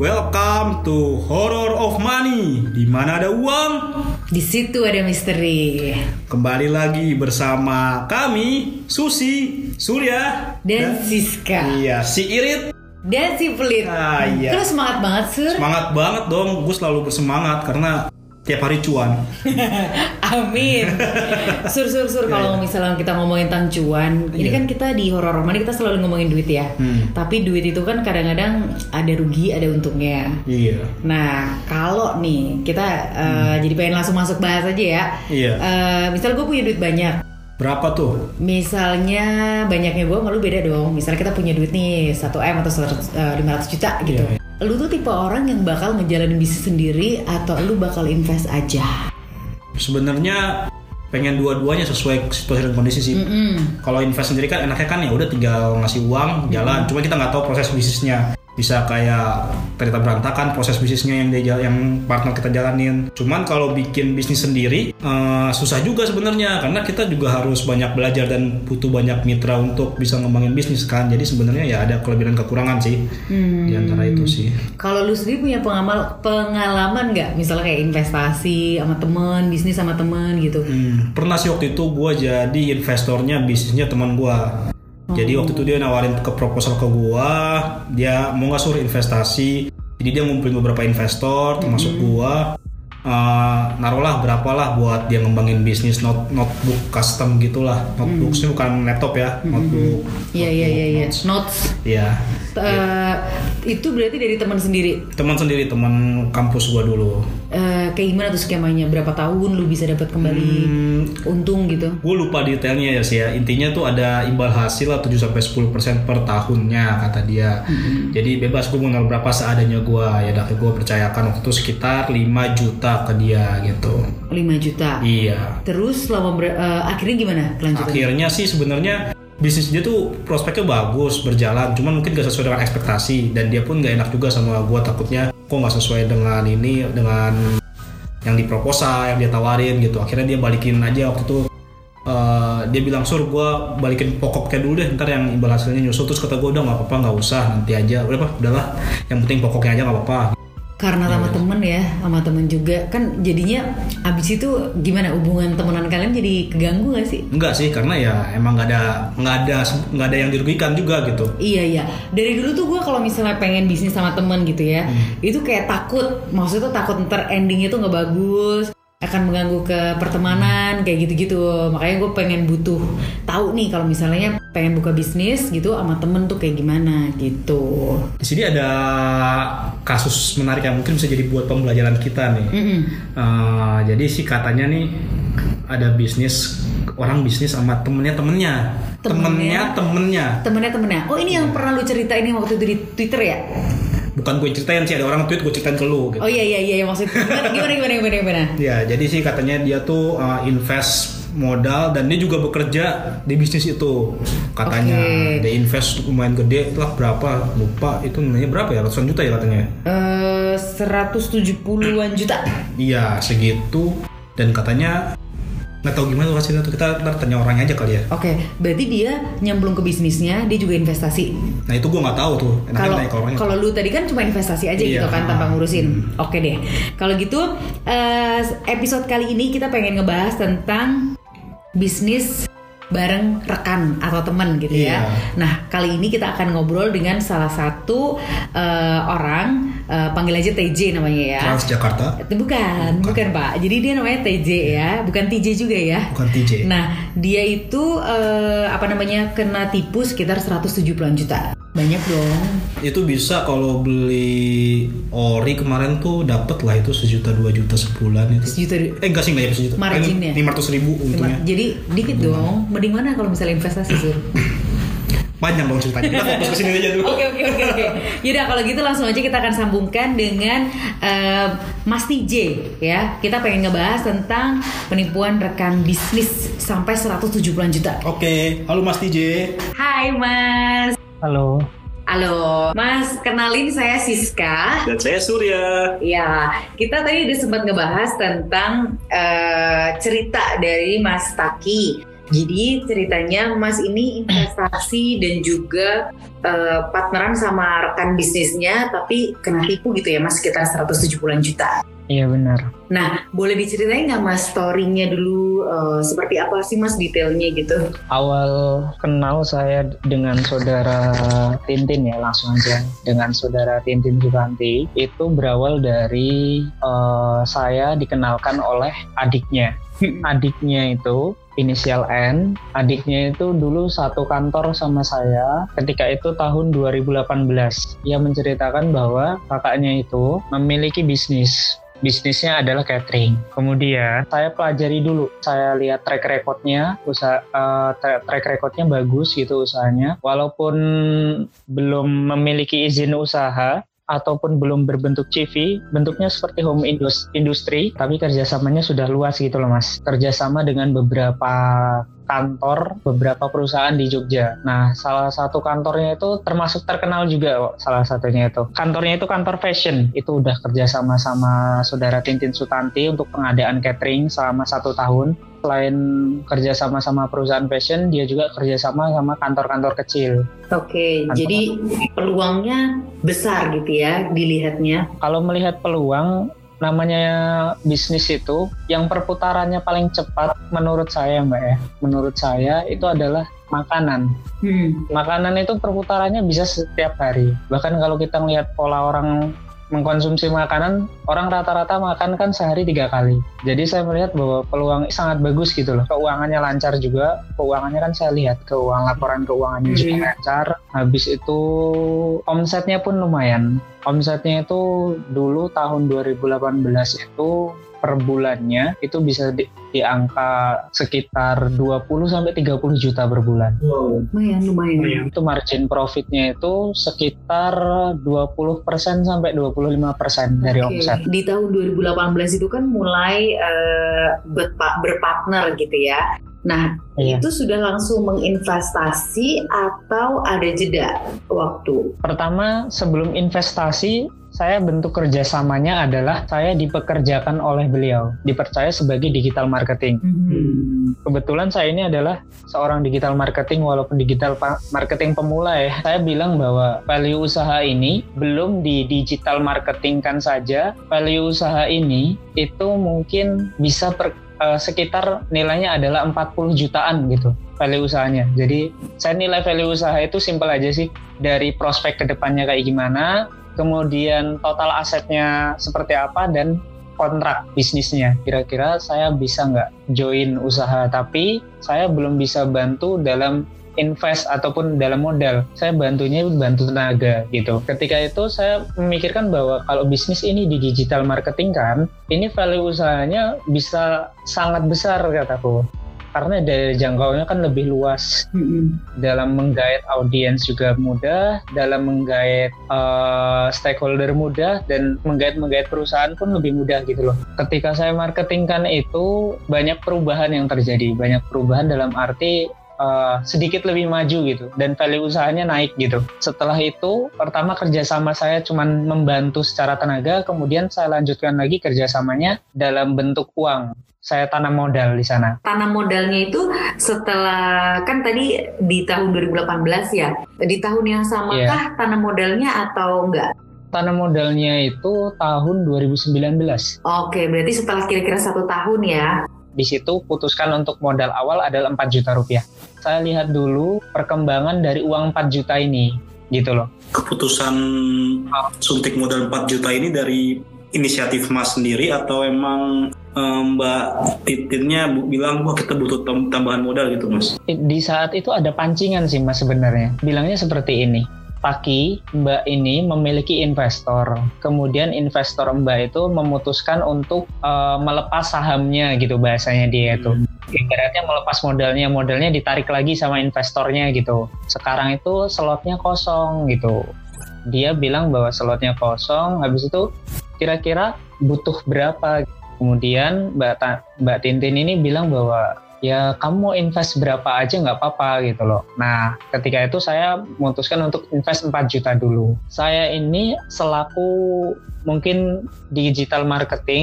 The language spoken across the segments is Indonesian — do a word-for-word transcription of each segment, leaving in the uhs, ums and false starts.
Welcome to Horror of Money. Di mana ada uang, di situ ada misteri. Kembali lagi bersama kami, Susi, Surya, dan, dan Siska. Iya, si Irit dan si Pelit. Ah, iya. Lu semangat banget, Sur? Semangat banget dong. Gue selalu bersemangat karena tiap hari cuan. Amin. Sur sur sur kalau misalnya kita ngomongin tentang cuan, ini kan kita di Horror Money kita selalu ngomongin duit ya. Hmm. Tapi duit itu kan kadang-kadang ada rugi, ada untungnya. Iya. Nah, kalau nih kita uh, hmm. jadi pengen langsung masuk bahas aja ya. Iya. Uh, misal gue punya duit banyak. Berapa tuh? Misalnya banyaknya gue malu beda dong. Misalnya kita punya duit nih satu M atau lima ratus juta gitu. Iya. Lu tuh tipe orang yang bakal ngejalanin bisnis sendiri atau lu bakal invest aja? Sebenarnya pengen dua-duanya sesuai situasi dan kondisi sih. Mm-hmm. Kalau invest sendiri kan enaknya kan ya udah tinggal ngasih uang jalan. Mm-hmm. Cuma kita nggak tahu proses bisnisnya. Bisa kayak ternyata berantakan proses bisnisnya yang dia yang partner kita jalanin. Cuman kalau bikin bisnis sendiri uh, susah juga sebenarnya karena kita juga harus banyak belajar dan butuh banyak mitra untuk bisa ngembangin bisnis kan. Jadi sebenarnya ya ada kelebihan dan kekurangan sih hmm. di antara itu sih. Kalau lu sendiri punya pengamal, pengalaman nggak? Misalnya kayak investasi sama temen, bisnis sama temen gitu? Hmm, pernah sih waktu itu gue jadi investornya bisnisnya teman gue. Jadi waktu itu dia nawarin ke proposal ke gua, dia mau nggak suruh investasi. Jadi dia ngumpulin beberapa investor, termasuk mm-hmm. gua. Uh, naruhlah berapa lah buat dia ngembangin bisnis not, notebook custom gitulah. Notebook sih mm-hmm. bukan laptop ya, mm-hmm. notebook. Iya iya iya iya. Notes. Iya. Uh, itu berarti dari teman sendiri. Teman sendiri, teman kampus gua dulu. Uh, kayak gimana tuh skemanya? Berapa tahun lu bisa dapat kembali hmm, untung gitu? Gue lupa detailnya ya sih ya. Intinya tuh ada imbal hasil lah tujuh sampai sepuluh persen per tahunnya kata dia. Mm-hmm. Jadi bebas gue mau naruh berapa seadanya gue. Ya dah gue percayakan waktu itu sekitar lima juta ke dia gitu. lima juta. Iya. Terus selama ber- uh, akhirnya gimana kelanjutannya? Akhirnya sih sebenarnya bisnis dia tuh prospeknya bagus berjalan, cuman mungkin gak sesuai dengan ekspektasi dan dia pun gak enak juga sama gue, takutnya kok gak sesuai dengan ini, dengan yang diproposal, yang dia tawarin gitu. Akhirnya dia balikin aja waktu itu. Uh, dia bilang, Sur, gue balikin pokoknya dulu deh, ntar yang imbal hasilnya nyusul. Terus kata gue, udah gak apa-apa, gak usah, nanti aja. Udah, udahlah, yang penting pokoknya aja gak apa-apa. Karena sama temen ya, sama temen juga kan jadinya abis itu gimana hubungan temenan kalian jadi keganggu gak sih? Enggak sih, karena ya emang gak ada nggak ada nggak ada yang dirugikan juga gitu. Iya iya, dari dulu tuh gue kalau misalnya pengen bisnis sama temen gitu ya, hmm. itu kayak takut, maksudnya tuh takut ntar endingnya tuh nggak bagus, akan mengganggu ke pertemanan kayak gitu-gitu. Makanya gue pengen butuh tahu nih kalau misalnya pengen buka bisnis gitu sama temen tuh kayak gimana gitu. Di sini ada kasus menarik yang mungkin bisa jadi buat pembelajaran kita nih. Mm-hmm. Uh, jadi sih katanya nih ada bisnis, orang bisnis sama temennya temennya. Temennya temennya. Temennya temennya. Oh ini yang pernah lu cerita ini waktu itu di Twitter ya? Bukan gue ceritain sih, ada orang tweet gue ceritain ke lu gitu. Oh iya iya iya maksudnya gimana gimana gimana gimana gimana. Ya jadi sih katanya dia tuh uh, invest modal dan dia juga bekerja di bisnis itu katanya. Okay. Dia invest lumayan gede lah, berapa lupa itu namanya berapa ya, ratusan juta ya katanya. Uh, seratus tujuh puluhan juta. Iya segitu dan katanya nggak tahu gimana tuh hasilnya tuh, kita ntar tanya orangnya aja kali ya. Oke, okay, berarti dia nyemplung ke bisnisnya, dia juga investasi. Nah itu gue nggak tahu tuh. Kalau kalau lu tadi kan cuma investasi aja iya, gitu kan tanpa ngurusin. Hmm. Oke okay deh. Kalau gitu uh, episode kali ini kita pengen ngebahas tentang bisnis bareng rekan atau teman gitu ya. Yeah. Nah kali ini kita akan ngobrol dengan salah satu uh, orang, uh, panggil aja T J namanya ya. Transjakarta. Bukan, bukan, bukan Pak. Jadi dia namanya T J ya, bukan T J juga ya. Bukan T J. Nah dia itu uh, apa namanya kena tipu sekitar seratus tujuh puluhan juta. Banyak dong. Itu bisa kalau beli ori kemarin tuh dapet lah itu sejuta dua juta sebulan itu. Sejuta. Eh enggak sih, enggak ya sejuta. Marginnya lima ratus ribu untungnya. Jadi dikit dong. Mending mana kalau misalnya investasi Sur? Panjang dong ceritanya. Kita fokus ke sini aja dulu. Oke oke oke oke. Yaudah kalau gitu langsung aja kita akan sambungkan dengan uh, Mas T J ya. Kita pengen ngebahas tentang penipuan rekan bisnis sampai seratus tujuh puluhan juta. Oke, halo Mas T J. Hai Mas. Halo. Halo, Mas, kenalin saya Siska. Dan saya Surya. Ya, kita tadi udah sempat ngebahas tentang uh, cerita dari Mas Taki Jadi ceritanya Mas ini investasi dan juga uh, partneran sama rekan bisnisnya, tapi kena tipu gitu ya Mas, sekitar seratus tujuh puluh juta. Iya benar. Nah, boleh diceritain nggak Mas story-nya dulu, uh, seperti apa sih Mas detailnya gitu? Awal kenal saya dengan saudara Tintin ya, langsung aja dengan saudara Tintin Sukanti, itu berawal dari uh, saya dikenalkan oleh adiknya. Adiknya itu inisial N, adiknya itu dulu satu kantor sama saya ketika itu tahun dua ribu delapan belas. Ia menceritakan bahwa kakaknya itu memiliki bisnis. Bisnisnya adalah catering. Kemudian saya pelajari dulu, saya lihat track recordnya, usaha uh, track recordnya bagus gitu usahanya. Walaupun belum memiliki izin usaha ataupun belum berbentuk C V, bentuknya seperti home industry, tapi kerjasamanya sudah luas gitu loh Mas. Kerjasama dengan beberapa kantor, beberapa perusahaan di Jogja. Nah, salah satu kantornya itu termasuk terkenal juga kok, salah satunya itu. Kantornya itu kantor fashion, itu udah kerjasama sama saudara Tintin Sutanti untuk pengadaan catering selama satu tahun. Selain kerjasama sama perusahaan fashion, dia juga kerjasama sama kantor-kantor kecil. Oke, kantor. Jadi peluangnya besar gitu ya dilihatnya. Kalau melihat peluang, namanya bisnis itu yang perputarannya paling cepat menurut saya Mbak ya. Menurut saya itu adalah makanan. Hmm. Makanan itu perputarannya bisa setiap hari. Bahkan kalau kita lihat pola orang mengkonsumsi makanan, orang rata-rata makan kan sehari tiga kali. Jadi saya melihat bahwa peluang sangat bagus gitu loh. Keuangannya lancar juga. Keuangannya kan saya lihat, keuangan laporan keuangannya hmm. juga lancar. Habis itu omsetnya pun lumayan. Omsetnya itu dulu tahun dua ribu delapan belas itu per bulannya itu bisa di, di angka sekitar dua puluh sampai tiga puluh juta per bulan. Wow, lumayan, lumayan. Itu margin profitnya itu sekitar dua puluh persen sampai dua puluh lima persen dari okay. omset. Di tahun dua ribu delapan belas itu kan mulai uh, berpa- berpartner gitu ya. Nah, iya. Itu sudah langsung menginvestasi atau ada jeda waktu? Pertama, sebelum investasi, saya bentuk kerjasamanya adalah saya dipekerjakan oleh beliau, dipercaya sebagai digital marketing. Mm-hmm. Kebetulan saya ini adalah seorang digital marketing, walaupun digital pa- marketing pemula ya. Saya bilang bahwa value usaha ini belum di digital marketingkan saja, value usaha ini itu mungkin bisa per Uh, sekitar nilainya adalah empat puluh jutaan gitu value usahanya. Jadi saya nilai value usaha itu simpel aja sih, dari prospek kedepannya kayak gimana, kemudian total asetnya seperti apa, dan kontrak bisnisnya. Kira-kira saya bisa nggak join usaha, tapi saya belum bisa bantu dalam invest ataupun dalam modal. Saya bantunya bantu tenaga gitu. Ketika itu saya memikirkan bahwa kalau bisnis ini di digital marketing kan, ini value usahanya bisa sangat besar kataku. Karena dari jangkauannya kan lebih luas. Mm-hmm. Dalam menggait audiens juga mudah, dalam menggait uh, stakeholder mudah, dan menggait-menggait perusahaan pun lebih mudah gitu loh. Ketika saya marketingkan itu, banyak perubahan yang terjadi. Banyak perubahan dalam arti Uh, sedikit lebih maju gitu, dan value usahanya naik gitu. Setelah itu pertama kerjasama saya cuman membantu secara tenaga, kemudian saya lanjutkan lagi kerjasamanya dalam bentuk uang. Saya tanam modal di sana. Tanam modalnya itu setelah, kan tadi di tahun dua ribu delapan belas ya, di tahun yang samakah yeah. tanam modalnya atau enggak? Tanam modalnya itu tahun dua ribu sembilan belas. Oke, berarti setelah kira-kira satu tahun ya. Di situ putuskan untuk modal awal adalah empat juta rupiah. Saya lihat dulu perkembangan dari uang empat juta ini, gitu loh. Keputusan suntik modal empat juta ini dari inisiatif Mas sendiri atau emang um, Mbak Titinnya bilang, wah kita butuh tambahan modal gitu Mas? Di saat itu ada pancingan sih Mas sebenarnya. Bilangnya seperti ini. Pagi Mbak ini memiliki investor, kemudian investor Mbak itu memutuskan untuk uh, melepas sahamnya gitu bahasanya dia itu. Ibaratnya melepas modalnya, modalnya ditarik lagi sama investornya gitu. Sekarang itu slotnya kosong gitu. Dia bilang bahwa slotnya kosong, habis itu kira-kira butuh berapa? Kemudian Mbak Ta- Mbak Tintin ini bilang bahwa ya kamu mau invest berapa aja nggak apa-apa gitu loh. Nah ketika itu saya memutuskan untuk invest empat juta dulu. Saya ini selaku mungkin digital marketing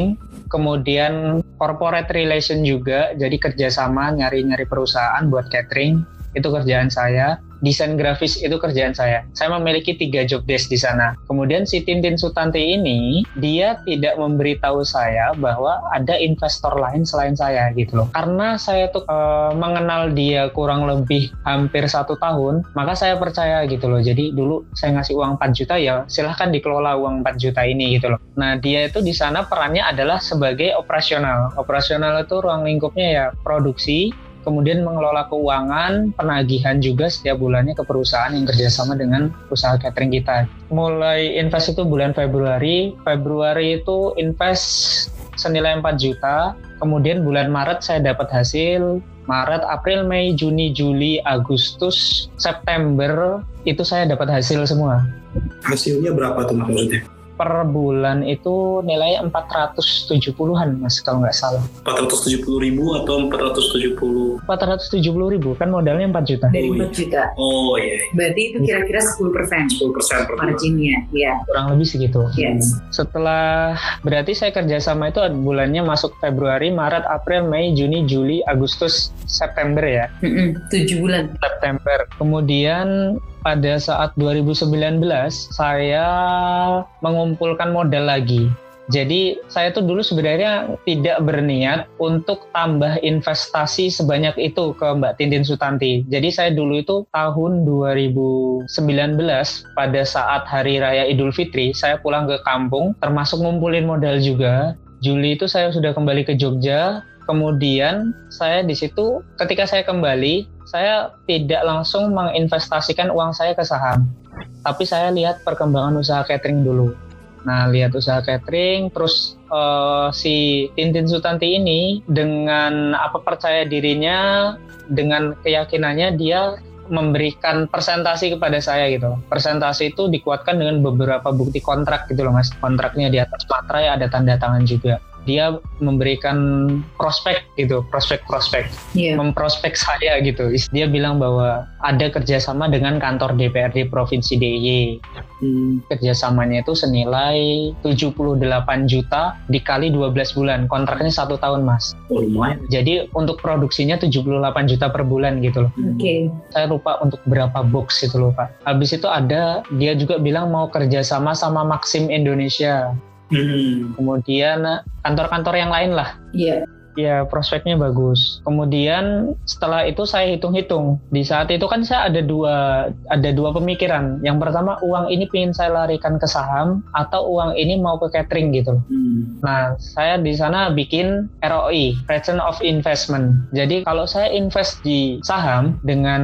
kemudian corporate relation juga, jadi kerjasama nyari-nyari perusahaan buat catering, itu kerjaan saya. Desain grafis itu kerjaan saya. Saya memiliki tiga job desk di sana. Kemudian si Tintin Sutanti ini, dia tidak memberitahu saya bahwa ada investor lain selain saya gitu loh. Karena saya tuh e, mengenal dia kurang lebih hampir satu tahun, maka saya percaya gitu loh. Jadi dulu saya ngasih uang empat juta, ya silahkan dikelola uang empat juta ini gitu loh. Nah dia itu di sana perannya adalah sebagai operasional. Operasional itu ruang lingkupnya ya produksi, kemudian mengelola keuangan, penagihan juga setiap bulannya ke perusahaan yang kerjasama dengan usaha catering kita. Mulai invest itu bulan Februari, Februari itu invest senilai empat juta, kemudian bulan Maret saya dapat hasil, Maret, April, Mei, Juni, Juli, Agustus, September, itu saya dapat hasil semua. Hasilnya berapa tuh maksudnya? Per bulan itu nilai empat ratus tujuh puluhan mas kalau nggak salah. empat ratus tujuh puluh ribu atau empat ratus tujuh puluh? empat ratus tujuh puluh ribu, kan modalnya empat juta. Dari empat juta. Oh iya. Berarti itu kira-kira sepuluh persen. sepuluh persen per marginnya, ya. Kurang lebih segitu. Yes. Setelah, berarti saya kerjasama itu bulannya masuk Februari, Maret, April, Mei, Juni, Juli, Agustus, September ya. Mm-mm, tujuh bulan. September. Kemudian pada saat dua ribu sembilan belas saya mengumpulkan modal lagi. Jadi saya tuh dulu sebenarnya tidak berniat untuk tambah investasi sebanyak itu ke Mbak Tintin Sutanti. Jadi saya dulu itu tahun dua ribu sembilan belas pada saat Hari Raya Idul Fitri saya pulang ke kampung, termasuk ngumpulin modal juga. Juli itu saya sudah kembali ke Jogja. Kemudian saya di situ ketika saya kembali, saya tidak langsung menginvestasikan uang saya ke saham. Tapi saya lihat perkembangan usaha catering dulu. Nah, lihat usaha catering, terus uh, si Tintin Sutanti ini dengan apa percaya dirinya, dengan keyakinannya dia memberikan presentasi kepada saya gitu. Presentasi itu dikuatkan dengan beberapa bukti kontrak gitu loh mas. Kontraknya di atas materai ada tanda tangan juga. Dia memberikan prospek gitu, prospek-prospek, yeah. memprospek saya gitu. Dia bilang bahwa ada kerjasama dengan kantor D P R D Provinsi D I Y. Hmm. Kerjasamanya itu senilai tujuh puluh delapan juta dikali dua belas bulan. Kontraknya satu tahun mas. Oh, lumayan. Jadi untuk produksinya tujuh puluh delapan juta per bulan gitu loh. Oke. Okay. Saya lupa untuk berapa box itu loh Pak. Habis itu ada, dia juga bilang mau kerjasama sama Maxim Indonesia. Hmm. Kemudian kantor-kantor yang lain lah. Iya. Yeah. Ya prospeknya bagus. Kemudian setelah itu saya hitung-hitung. Di saat itu kan saya ada dua ada dua pemikiran. Yang pertama uang ini pengen saya larikan ke saham atau uang ini mau ke catering gitu. Hmm. Nah saya di sana bikin R O I, Return of Investment. Jadi kalau saya invest di saham dengan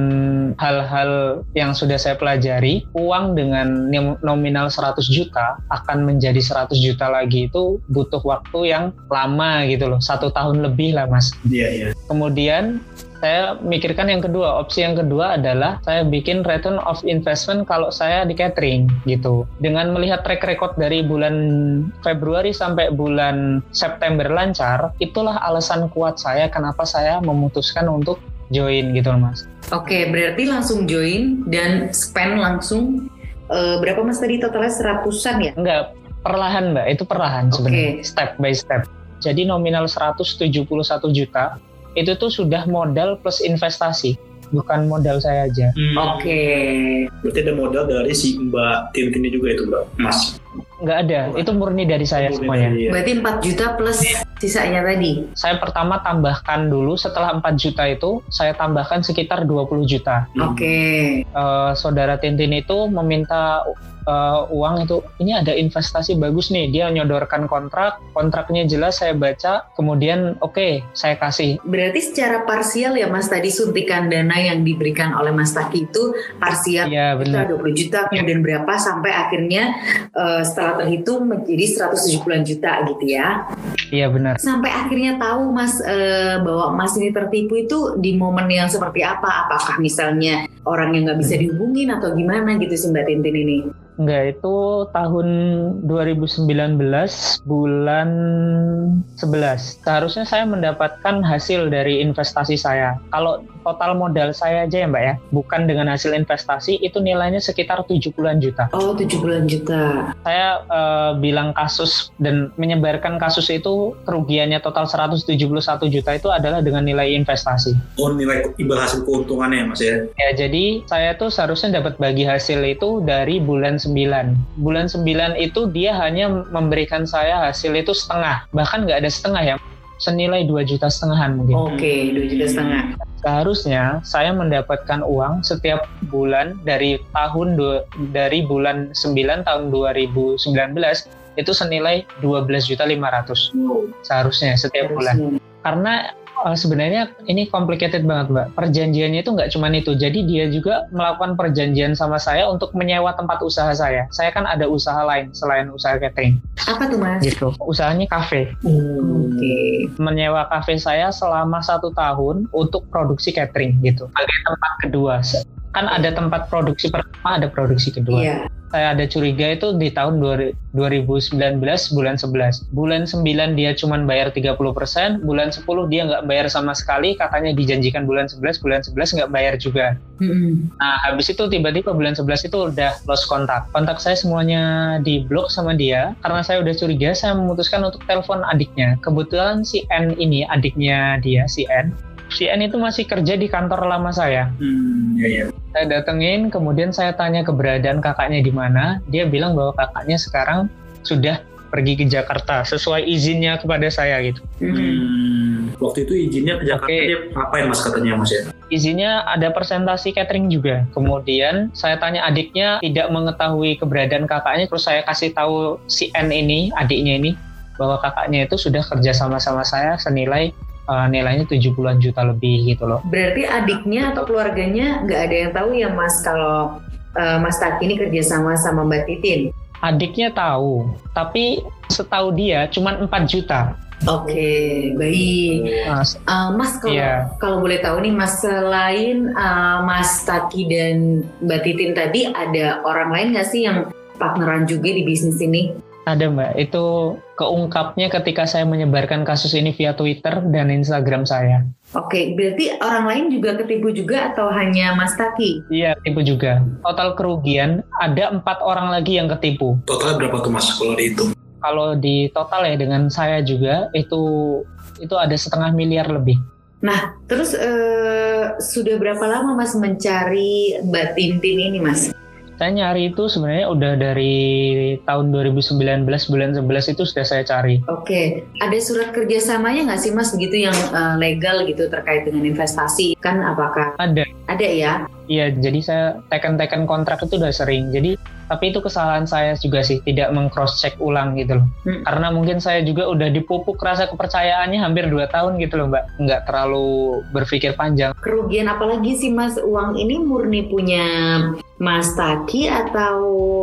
hal-hal yang sudah saya pelajari, uang dengan nominal seratus juta akan menjadi seratus juta lagi itu butuh waktu yang lama gitu loh. Satu tahun lebih lah mas. Iya iya. Kemudian saya mikirkan yang kedua, opsi yang kedua adalah saya bikin return of investment kalau saya di catering gitu. Dengan melihat track record dari bulan Februari sampai bulan September lancar, itulah alasan kuat saya kenapa saya memutuskan untuk join gitu loh mas. Oke, berarti langsung join dan spend langsung uh, berapa mas tadi totalnya seratusan ya? Enggak, perlahan mbak, itu perlahan okay. Sebenarnya, step by step. Jadi nominal seratus tujuh puluh satu juta itu tuh sudah modal plus investasi, bukan modal saya aja. Hmm. Oke. Okay. Berarti ada modal dari si Mbak Tintin juga itu Mbak Mas? Nggak ada, oh, itu murni dari saya murni semuanya. Dari, ya. Berarti empat juta plus sisanya tadi? Saya pertama tambahkan dulu, setelah empat juta itu saya tambahkan sekitar dua puluh juta. Oke. Okay. Uh, saudara Tintin itu meminta Uh, uang itu, ini ada investasi bagus nih, dia nyodorkan kontrak, kontraknya jelas saya baca, kemudian oke okay, saya kasih. Berarti secara parsial ya mas, tadi suntikan dana yang diberikan oleh Mas Taki itu parsial, ya, benar. dua puluh juta, kemudian berapa sampai akhirnya uh, setelah terhitung menjadi seratus tujuh puluh juta gitu ya. Iya benar. Sampai akhirnya tahu mas uh, bahwa mas ini tertipu itu di momen yang seperti apa? Apakah misalnya orang yang nggak bisa dihubungin atau gimana gitu sih Mbak Tintin ini? Enggak, itu tahun dua ribu sembilan belas bulan sebelas. Seharusnya saya mendapatkan hasil dari investasi saya. Kalau total modal saya aja ya Mbak ya, bukan dengan hasil investasi, itu nilainya sekitar tujuh puluhan juta. Oh, tujuh puluhan juta. Saya uh, bilang kasus dan menyebarkan kasus itu kerugiannya total seratus tujuh puluh satu juta itu adalah dengan nilai investasi. Oh, nilai imbal hasil keuntungannya ya Mas ya? Ya, jadi saya tuh seharusnya dapat bagi hasil itu dari bulan sembilan. Bulan sembilan itu dia hanya memberikan saya hasil itu setengah, bahkan nggak ada setengah ya, senilai dua juta setengahan mungkin. Oke, okay, dua juta setengah. Seharusnya saya mendapatkan uang setiap bulan dari tahun du- dari bulan sembilan tahun dua ribu sembilan belas itu senilai dua belas juta lima ratus seharusnya setiap bulan. Karena uh, sebenarnya ini complicated banget Mbak. Perjanjiannya itu nggak cuma itu. Jadi dia juga melakukan perjanjian sama saya untuk menyewa tempat usaha saya. Saya kan ada usaha lain selain usaha catering. Apa tuh Mas? Gitu. Usahanya kafe. Hmm, Oke. Okay. Menyewa kafe saya selama satu tahun untuk produksi catering gitu. Sebagai tempat kedua. Kan ada tempat produksi pertama, ada produksi kedua. Iya. Saya ada curiga itu di tahun dua ribu sembilan belas bulan sebelas. Bulan sembilan dia cuma bayar tiga puluh persen, bulan sepuluh dia nggak bayar sama sekali, katanya dijanjikan bulan sebelas, bulan sebelas nggak bayar juga. Mm-hmm. Nah habis itu tiba-tiba bulan sebelas itu udah lost kontak. Kontak saya semuanya di blok sama dia. Karena saya udah curiga, saya memutuskan untuk telepon adiknya. Kebetulan si N ini, adiknya dia, si N. Si N itu masih kerja di kantor lama saya. Hmm, iya, iya. Saya datengin, kemudian saya tanya keberadaan kakaknya di mana. Dia bilang bahwa kakaknya sekarang sudah pergi ke Jakarta sesuai izinnya kepada saya gitu. Hmm, waktu itu izinnya ke Jakarta okay. Dia ngapain Mas katanya Mas ya? Izinnya ada presentasi catering juga. Kemudian saya tanya adiknya, tidak mengetahui keberadaan kakaknya, terus saya kasih tahu si N ini, adiknya ini, bahwa kakaknya itu sudah kerja sama-sama saya senilai Uh, nilainya tujuh puluhan juta lebih gitu loh. Berarti adiknya atau keluarganya nggak ada yang tahu ya Mas kalau uh, Mas Taki ini kerjasama sama Mbak Titin? Adiknya tahu, tapi setahu dia cuma empat juta. Oke, okay, baik. Mas, uh, mas kalau yeah. kalau boleh tahu nih Mas, selain uh, Mas Taki dan Mbak Titin tadi, ada orang lain nggak sih yang partneran juga di bisnis ini? Ada Mbak, itu keungkapnya ketika saya menyebarkan kasus ini via Twitter dan Instagram saya. Oke, berarti orang lain juga ketipu juga atau hanya Mas Taki? Iya, ketipu juga. Total kerugian ada empat orang lagi yang ketipu. Totalnya berapa tuh Mas kalau dihitung? Kalau di total ya dengan saya juga itu itu ada setengah miliar lebih. Nah, terus eh, sudah berapa lama Mas mencari Mbak Tintin ini Mas? Saya nyari itu sebenarnya udah dari tahun dua ribu sembilan belas bulan sebelas itu sudah saya cari. Oke, ada surat kerjasamanya nggak sih Mas begitu yang uh, legal gitu terkait dengan investasi kan apakah? Ada. Ada ya? Iya, jadi saya teken-teken kontrak itu udah sering. Jadi tapi itu kesalahan saya juga sih, tidak meng-cross check ulang gitu loh. Hmm. Karena mungkin saya juga udah dipupuk rasa kepercayaannya hampir dua tahun gitu loh Mbak. Nggak terlalu berpikir panjang. Kerugian apalagi sih Mas? Uang ini murni punya Mas Taki atau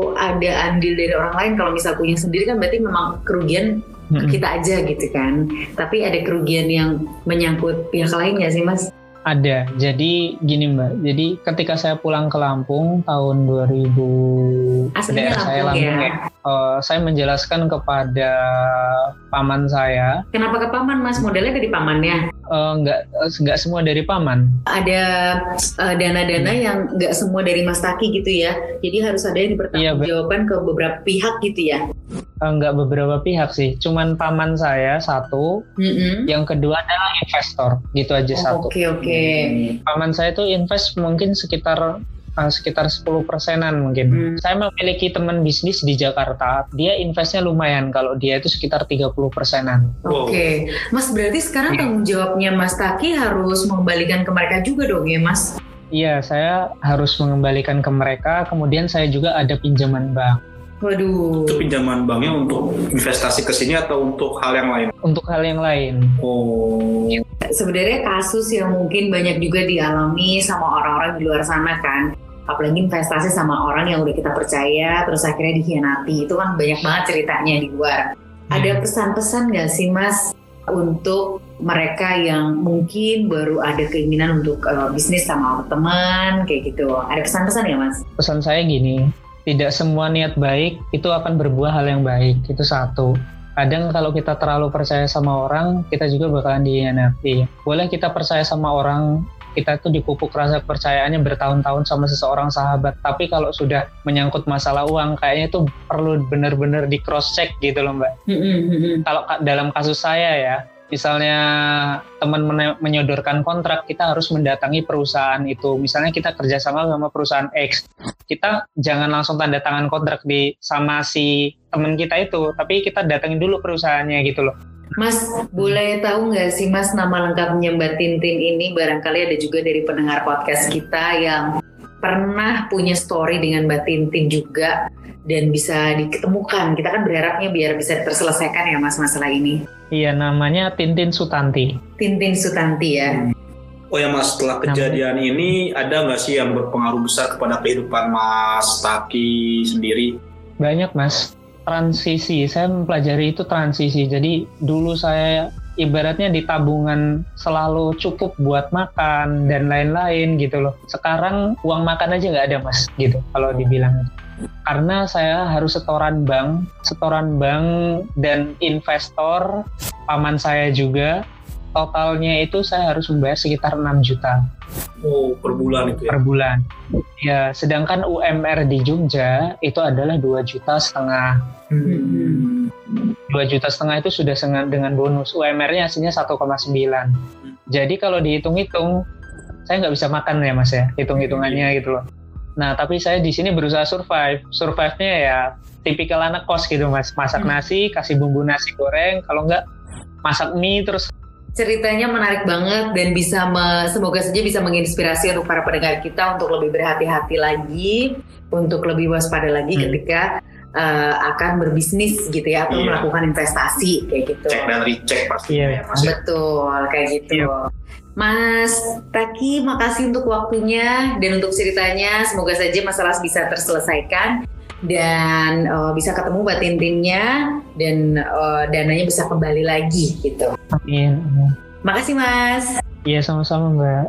ada andil dari orang lain? Kalau misal punya sendiri kan berarti memang kerugian hmm. kita aja gitu kan. Tapi ada kerugian yang menyangkut pihak lain nggak sih Mas? Ada, jadi gini Mbak, jadi ketika saya pulang ke Lampung tahun dua ribu, aslinya Lampung, saya Lampung ya, ya uh, saya menjelaskan kepada paman saya. Kenapa ke paman Mas? Modelnya dari pamannya? Uh, enggak, enggak semua dari paman. Ada uh, dana-dana hmm. yang enggak semua dari Mas Taki gitu ya, jadi harus ada yang dipertanggungjawabkan iya, ke beberapa pihak gitu ya? Enggak beberapa pihak sih, cuman paman saya satu, mm-hmm. yang kedua adalah investor, gitu aja oh, satu. Oke okay, oke. Okay. Paman saya tuh invest mungkin sekitar uh, sekitar sepuluh persenan mungkin. Mm. Saya memiliki teman bisnis di Jakarta, dia investnya lumayan, kalau dia itu sekitar tiga puluh persenan. Oke, okay. Mas berarti sekarang tanggung jawabnya Mas Taki harus mengembalikan ke mereka juga dong ya Mas? Iya, saya harus mengembalikan ke mereka, kemudian saya juga ada pinjaman bank. Waduh. Itu pinjaman banknya untuk investasi ke sini atau untuk hal yang lain? Untuk hal yang lain. Oh. Sebenarnya kasus yang mungkin banyak juga dialami sama orang-orang di luar sana kan. Apalagi investasi sama orang yang udah kita percaya terus akhirnya dikhianati. Itu kan banyak banget ceritanya di luar. Hmm. Ada pesan-pesan nggak sih Mas untuk mereka yang mungkin baru ada keinginan untuk uh, bisnis sama teman kayak gitu? Ada pesan-pesan nggak Mas? Pesan saya gini. tidak semua niat baik itu akan berbuah hal yang baik, itu satu. Kadang kalau kita terlalu percaya sama orang, kita juga bakalan dihianati. Boleh kita percaya sama orang, kita tuh dipupuk rasa kepercayaannya bertahun-tahun sama seseorang sahabat, tapi kalau sudah menyangkut masalah uang, kayaknya itu perlu benar-benar di cross check gitu loh Mbak. Mm-hmm. Kalau dalam kasus saya ya, misalnya teman menyodorkan kontrak, kita harus mendatangi perusahaan itu. Misalnya kita kerjasama sama perusahaan X, kita jangan langsung tanda tangan kontrak di sama si teman kita itu, tapi kita datangin dulu perusahaannya gitu loh. Mas, boleh tahu nggak sih Mas nama lengkapnya Mbak Tintin ini? Barangkali ada juga dari pendengar podcast kita yang pernah punya story dengan Mbak Tintin juga dan bisa diketemukan. Kita kan berharapnya biar bisa terselesaikan ya Mas masalah ini. Iya, namanya Tintin Sutanti. Tintin Sutanti ya. Oh ya Mas, setelah kejadian namanya ini ada nggak sih yang berpengaruh besar kepada kehidupan Mas Taki sendiri? Banyak Mas. Transisi, saya mempelajari itu transisi. Jadi dulu saya ibaratnya di tabungan selalu cukup buat makan dan lain-lain gitu loh. Sekarang uang makan aja nggak ada Mas gitu kalau dibilang. Karena saya harus setoran bank, setoran bank dan investor, paman saya juga. Totalnya itu saya harus membayar sekitar enam juta. Oh, per bulan itu ya? Per bulan. Ya, sedangkan U M R di Jogja itu adalah dua juta setengah. Hmm. dua juta setengah itu sudah dengan bonus. U M R-nya aslinya satu koma sembilan. Jadi kalau dihitung-hitung, saya nggak bisa makan ya Mas ya, hitung-hitungannya gitu loh. Nah, tapi saya di sini berusaha survive. Survive-nya ya tipikal anak kos gitu Mas. Masak nasi, kasih bumbu nasi goreng, kalau nggak masak mie terus. Ceritanya menarik banget dan bisa me, semoga saja bisa menginspirasi untuk para pendengar kita untuk lebih berhati-hati lagi, untuk lebih waspada lagi hmm. ketika uh, akan berbisnis gitu ya, atau iya. melakukan investasi kayak gitu. Cek dan recheck pasti iya. ya Mas. Betul, kayak gitu. Iya. Mas Taki, makasih untuk waktunya dan untuk ceritanya. Semoga saja masalah bisa terselesaikan dan uh, bisa ketemu Mbak Tintinnya dan uh, dananya bisa kembali lagi gitu. Amin. Makasih Mas. Iya, sama-sama Mbak.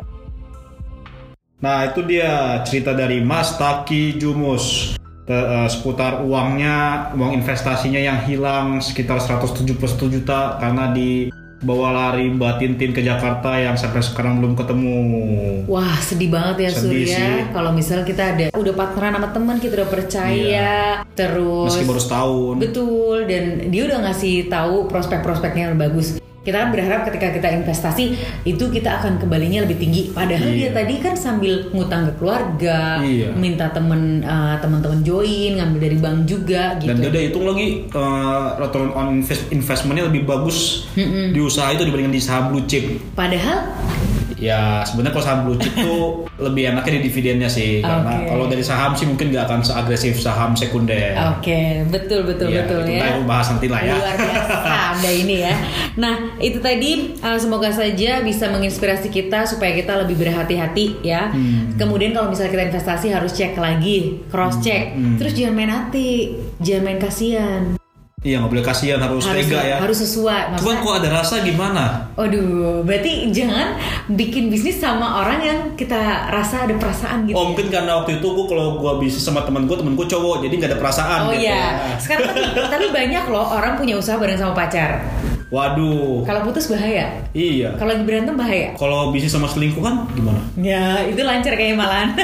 Nah, itu dia cerita dari Mas Taki Jumus uh, seputar uangnya, uang investasinya yang hilang sekitar seratus tujuh puluh satu juta karena di bawa lari Mbak Tintin ke Jakarta yang sampai sekarang belum ketemu. Wah, sedih banget ya Surya. Kalau misal kita ada udah partneran sama teman, kita udah percaya, iya. terus meski baru setahun. Betul, dan dia udah ngasih tahu prospek-prospeknya yang bagus. Kita kan berharap ketika kita investasi itu kita akan kembalinya lebih tinggi. Padahal iya. dia tadi kan sambil ngutang ke keluarga, iya. minta temen uh, teman-teman join, ngambil dari bank juga gitu. Dan dia udah hitung lagi uh, return on invest- investmentnya lebih bagus Mm-mm. di usaha itu dibandingkan di saham blue chip. Padahal ya sebenarnya kalau saham blue chip tuh lebih enaknya di dividennya sih, karena okay. kalau dari saham sih mungkin nggak akan seagresif saham sekunder. Oke, okay. betul betul ya, betul itu ya. Kita bahas nanti lah ya. Luar biasa ada ini ya. Nah itu tadi uh, semoga saja bisa menginspirasi kita supaya kita lebih berhati-hati ya. Hmm. Kemudian kalau misalnya kita investasi harus cek lagi, cross check. Hmm. Hmm. Terus jangan main hati, jangan main kasihan. Iya, nggak boleh kasihan, harus, harus tega ya. Harus sesuai. Cuman kok ada rasa gimana? Aduh, berarti jangan bikin bisnis sama orang yang kita rasa ada perasaan gitu. Oh, ya? Mungkin karena waktu itu gue kalau gue bisnis sama temen gue, temen gue cowok, jadi nggak ada perasaan. Oh gitu. iya. Sekarang tapi, tapi banyak loh orang punya usaha bareng sama pacar. Waduh. Kalau putus bahaya. Iya. Kalau lagi berantem bahaya. Kalau bisnis sama selingkuh kan gimana? Ya, itu lancar kayaknya malahan.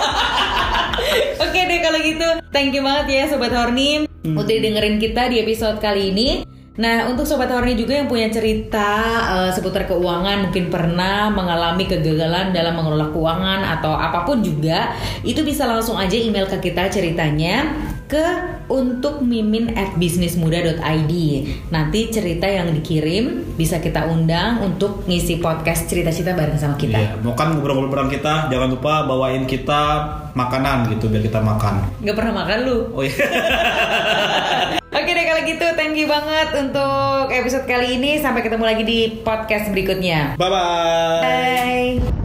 Oke deh kalau gitu. Thank you banget ya Sobat Horny hmm. udah dengerin kita di episode kali ini. Nah, untuk Sobat Horny juga yang punya cerita uh, seputar keuangan, mungkin pernah mengalami kegagalan dalam mengelola keuangan atau apapun juga, itu bisa langsung aja email ke kita ceritanya ke untuk mimin at bisnismuda dot i d. Nanti cerita yang dikirim bisa kita undang untuk ngisi podcast cerita-cerita bareng sama kita. Iya, mau kan ngobrol-ngobrol bareng kita, jangan lupa bawain kita makanan gitu biar kita makan. Gak pernah makan lu? Oh iya. Oke deh kalau gitu, thank you banget untuk episode kali ini. Sampai ketemu lagi di podcast berikutnya. Bye-bye. Bye.